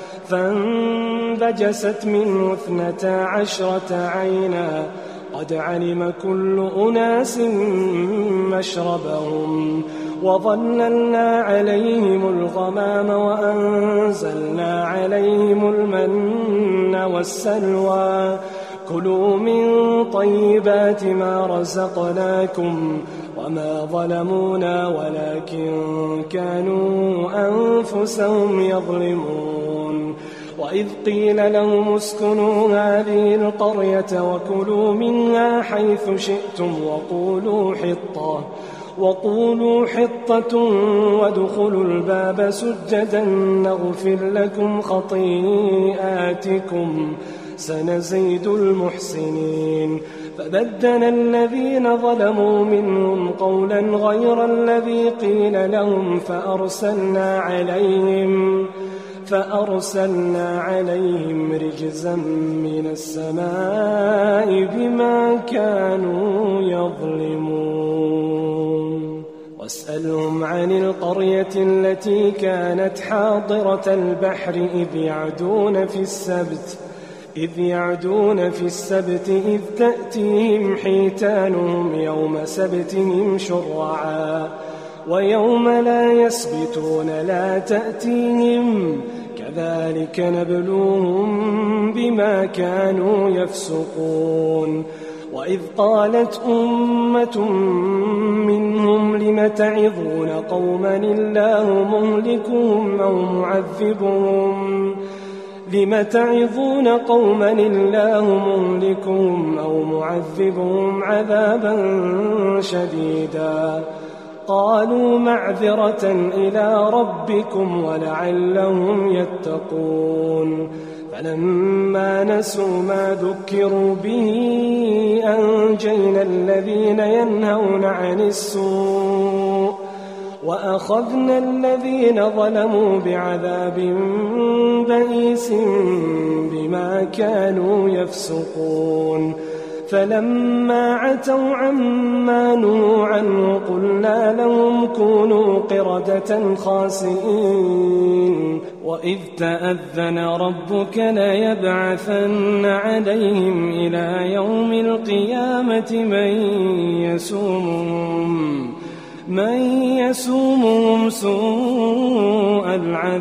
فانبجست منه اثنتا عشرة عينا قد علم كل أناس مشربهم وظللنا عليهم الغمام وأنزلنا عليهم المن والسلوى كلوا من طيبات ما رزقناكم وما ظلمونا ولكن كانوا أنفسهم يظلمون وإذ قيل لهم اسكنوا هذه القرية وكلوا منها حيث شئتم وقولوا حطة وقولوا حطة وادخلوا الباب سجدا نغفر لكم خطيئاتكم سنزيد المحسنين فبدل الذين ظلموا منهم قولا غير الذي قيل لهم فأرسلنا عليهم فأرسلنا عليهم رجزا من السماء بما كانوا يظلمون واسألهم عن القرية التي كانت حاضرة البحر إذ يعدون في السبت إذ يعدون في السبت إذ تأتيهم حيتانهم يوم سبتهم شرعا ويوم لا يسبتون لا تأتيهم كذلك نبلوهم بما كانوا يفسقون وإذ قالت أمة منهم لم تعظون قوما الله مهلكهم أو معذبهم لم تعظون قوما الله مهلكهم أو معذبهم عذابا شديدا قالوا معذرة إلى ربكم ولعلهم يتقون فلما نسوا ما ذكروا به أنجينا الذين ينهون عن السوء وأخذنا الذين ظلموا بعذاب بئيس بما كانوا يفسقون فلما عتوا عما نهوا عنه قلنا لهم كونوا قردة خاسئين وإذ تأذن ربك ليبعثن عليهم إلى يوم القيامة من يسومهم من يسومهم سوء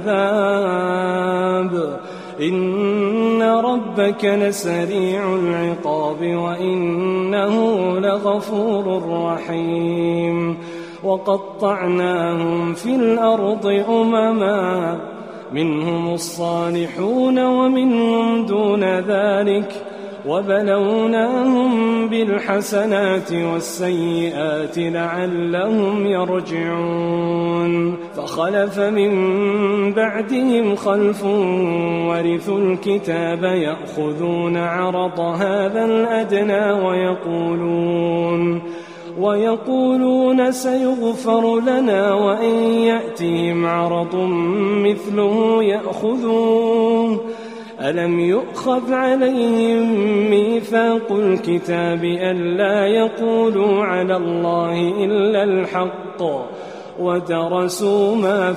العذاب إن ربك لسريع العقاب وإنه لغفور رحيم وقطعناهم في الأرض أمما منهم الصالحون ومنهم دون ذلك وبلوناهم بالحسنات والسيئات لعلهم يرجعون فخلف من بعدهم خلف ورثوا الكتاب يأخذون عرض هذا الأدنى ويقولون ويقولون سيغفر لنا وإن يأتهم عرض مثله يأخذوه ألم يؤخذ عليهم ميثاق الكتاب ألا يقولوا على الله إلا الحق ودرسوا ما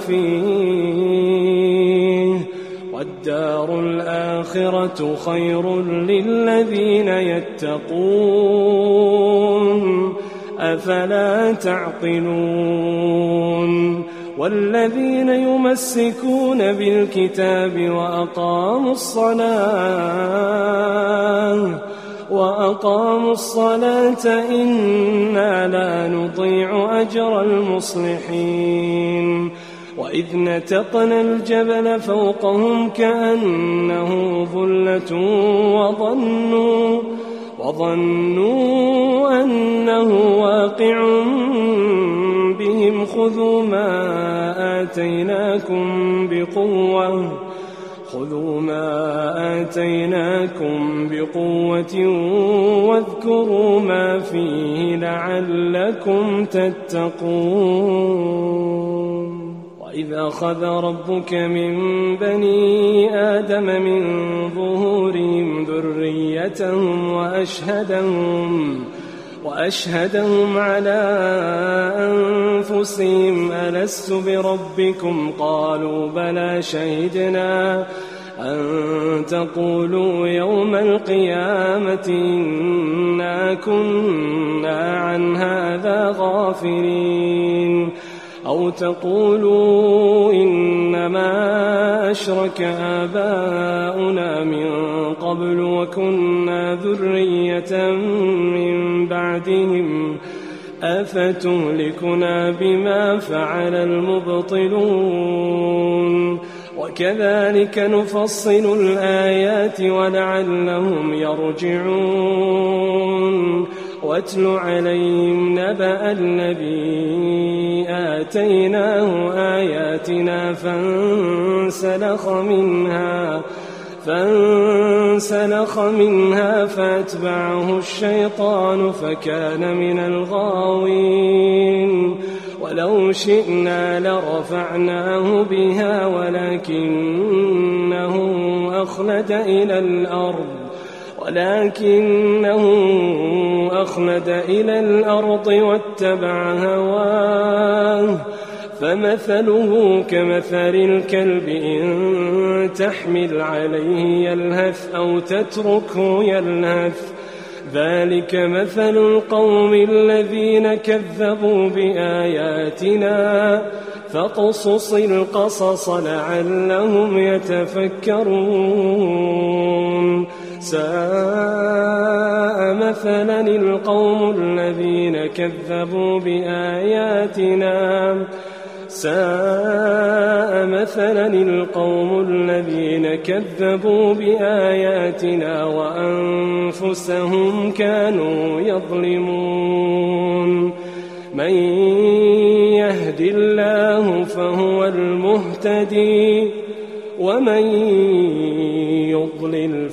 فيه والدار الآخرة خير للذين يتقون أفلا تعقلون والذين يمسكون بالكتاب وأقاموا الصلاة وأقاموا الصلاة إنا لا نضيع أجر المصلحين وإذ نتقنا الجبل فوقهم كأنه ظلة وظنوا وظنوا أنه واقع بهم خذوا ما آتيناكم بقوة خذوا ما آتيناكم بقوة واذكروا ما فيه لعلكم تتقون وإذ أخذ ربك من بني آدم من ظهورهم ذريتهم وأشهدهم وأشهدهم على أنفسهم ألست بربكم قالوا بلى شهدنا أن تقولوا يوم القيامة إنا كنا عن هذا غافلين أو تقولوا إنما أشرك آباؤنا من قبل وكنا ذرية من بعدهم أفتهلكنا بما فعل المبطلون وكذلك نفصل الآيات ولعلهم يرجعون واتل عليهم نبأ الذي آتيناه آياتنا فانسلخ منها فانسلخ منها فأتبعه الشيطان فكان من الغاوين ولو شئنا لرفعناه بها ولكنه أخلد إلى الأرض ولكنه أخلد إلى الأرض واتبع هواه فمثله كمثل الكلب إن تحمل عليه يلهث أو تتركه يلهث ذلك مثل القوم الذين كذبوا بآياتنا فاقصص القصص لعلهم يتفكرون ساء مثلا القوم الذين كذبوا بآياتنا ساء مثلا القوم الذين كذبوا بآياتنا وأنفسهم كانوا يظلمون من يهد الله فهو المهتدي ومن يضلل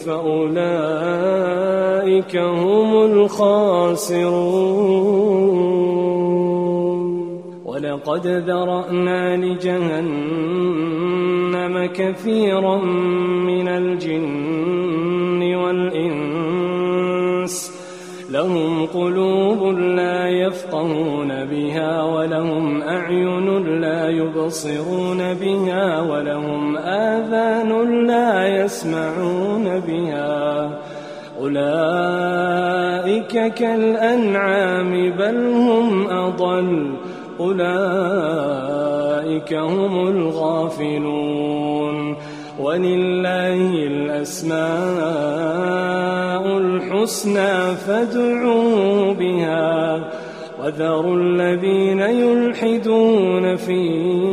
فأولئك هم الخاسرون ولقد ذرأنا لجهنم كثيرا من الجن والإنس لهم قلوب لا يفقهون بها ولهم أعين لا يبصرون بها ولهم آذان لا يسمعون بها أولئك كالأنعام بل هم أضل أولئك هم الغافلون ولله الأسماء الحسنى فادعوا بها وذروا الذين يلحدون في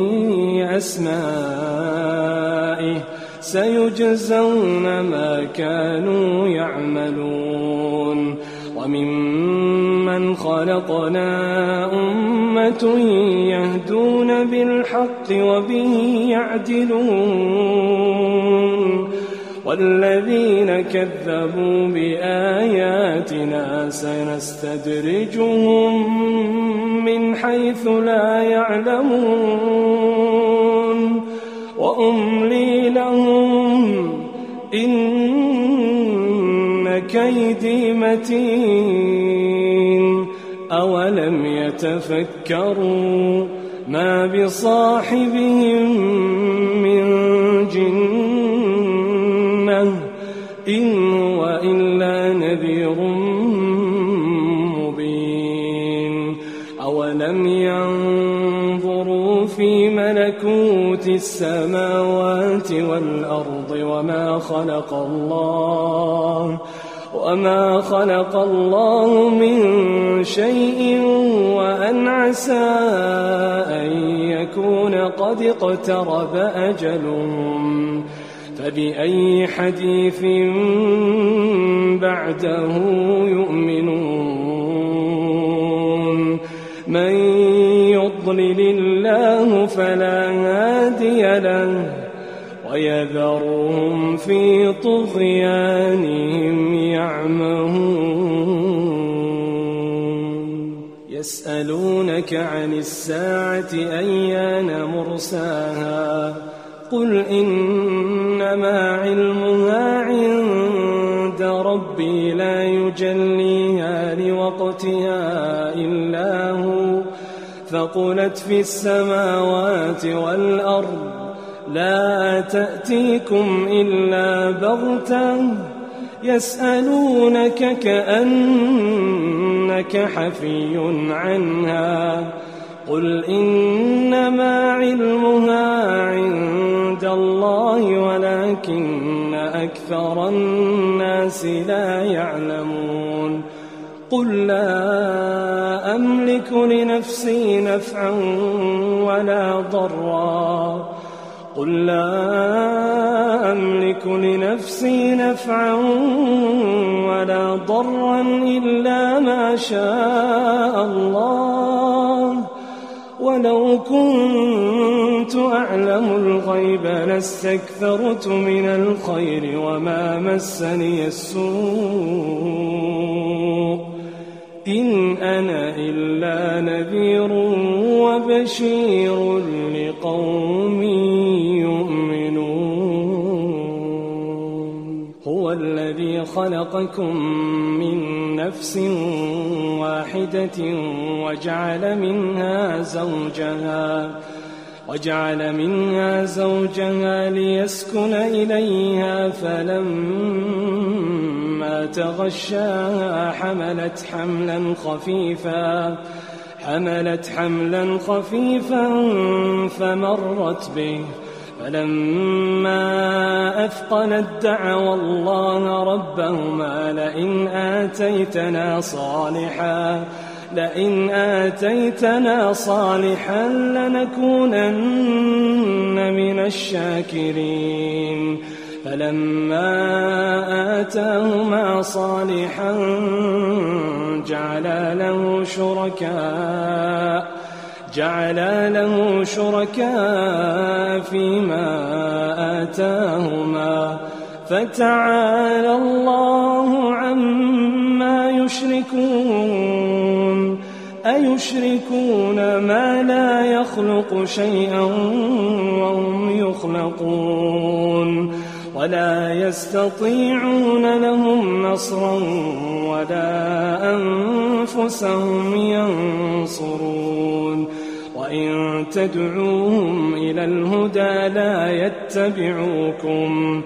أسمائه سيجزون ما كانوا يعملون وممن خلقنا أمة يهدون بالحق وبه يعدلون والذين كذبوا بآياتنا سنستدرجهم من حيث لا يعلمون وأملي لهم إن كيدي متين أولم يتفكروا ما بصاحبهم من جنة إن هو إلا نذير مبين أولم ينظروا في ملكوت السماوات والأرض وما خلق الله وما خلق الله من شيء وأن عسى أن يكون قد اقترب أجلهم فبأي حديث بعده يؤمنون من يضلل الله فلا هادي له ويذرهم في طغيانهم يعمهون يسألونك عن الساعة أيان مرساها قل إنما علمها عند ربي لا يجليها لوقتها إلا هو ثقلت في السماوات والأرض لا تأتيكم إلا بغتة يسألونك كأنك حفي عنها قل إنما علمها عند الله ولكن أكثر الناس لا يعلمون قل لا أملك لنفسي نفعا ولا ضرا قل لا أملك لنفسي نفعا ولا ضرا إلا ما شاء الله ولو كنت أعلم الغيب لاستكثرت من الخير وما مسني السوء إن أنا إلا نذير وبشير لقوم يؤمنون هو الذي خلقكم من نفس واحدة وجعل منها زوجها وجعل منها زوجها ليسكن إليها فلما تغشاها حملت حملا خفيفا حملت حملا خفيفا فمرت به فلما أثقلت دعوا الله ربهما لئن آتيتنا صالحا لئن آتيتنا صالحا لنكونن من الشاكرين فلما آتاهما صالحا جعلا له شركاء جعلا له شركاء فيما آتاهما فتعالى الله عما يشركون أيشركون ما لا يخلق شيئا وهم يخلقون ولا يستطيعون لهم نصرا ولا أنفسهم ينصرون وإن تدعوهم إلى الهدى لا يتبعوكم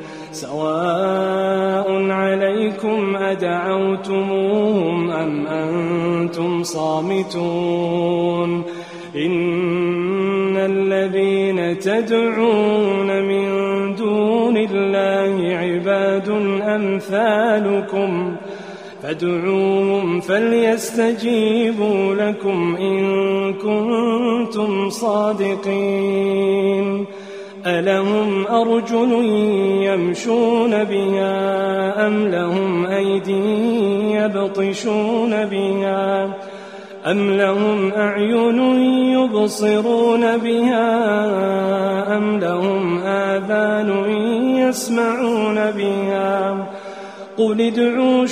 سواء عليكم أدعوتموهم أم أنتم صامتون إن الذين تدعون من دون الله عباد أمثالكم فادعوهم فليستجيبوا لكم إن كنتم صادقين ألهم أرجل يمشون بها أم لهم أيدي يبطشون بها أم لهم أعين يبصرون بها أم لهم آذان يسمعون بها قل ادعوا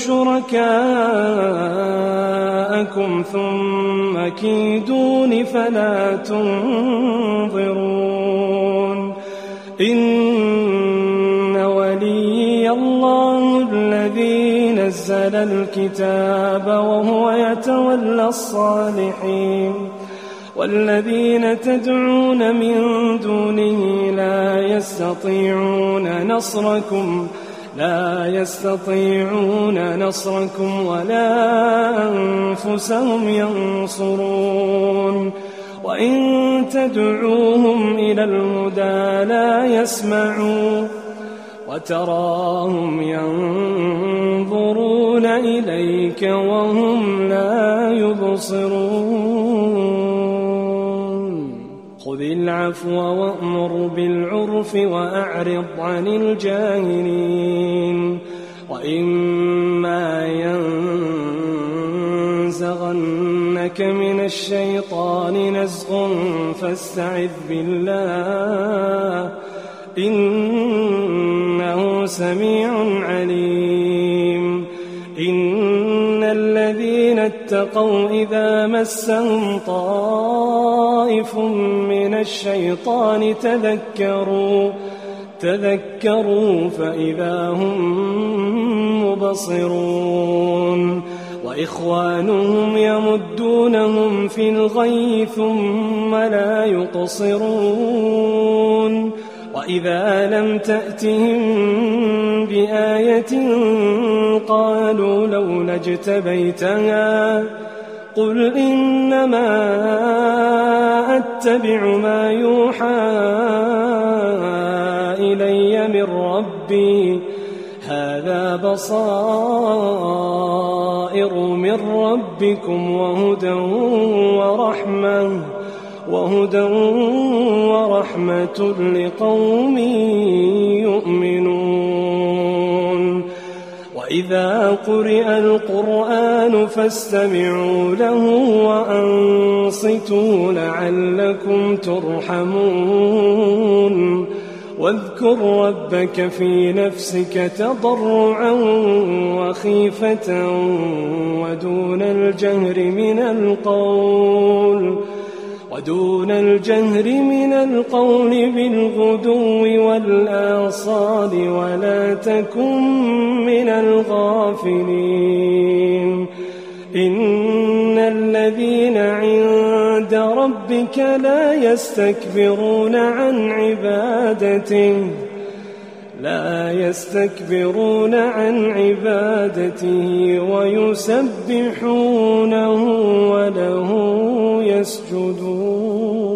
شركاءكم ثم كيدون فلا تنظرون إن ولي الله الذي نزل الكتاب وهو يتولى الصالحين والذين تدعون من دونه لا يستطيعون نصركم لا يستطيعون نصركم ولا أنفسهم ينصرون وإن تدعوهم إلى الهدى لا يسمعوا وتراهم ينظرون إليك وهم لا يبصرون خذ العفو وأمر بالعرف وأعرض عن الجاهلين وإما ينزغنك من الشيطان نزغ فاستعذ بالله إنه سميع عليم إن الذين اتقوا إذا مسهم طائف من الشيطان تذكروا تذكروا فإذا هم مبصرون وإخوانهم يمدونهم في الغي ثم لا يقصرون وإذا لم تأتهم بآية قالوا لولا اجتبيتها قل إنما أتبع ما يوحى إلي من ربي هذا بصائر من ربكم وهدى ورحمة وهدى ورحمة لقوم يؤمنون وإذا قرئ القرآن فاستمعوا له وأنصتوا لعلكم ترحمون واذكر ربك في نفسك تضرعا وخيفة ودون الجهر من القول ودون الجهر من القول بالغدو والآصال ولا تكن من الغافلين إن الذين عند ربك لا يستكبرون عن عبادته لا يستكبرون عن عبادته ويسبحونه وله يسجدون.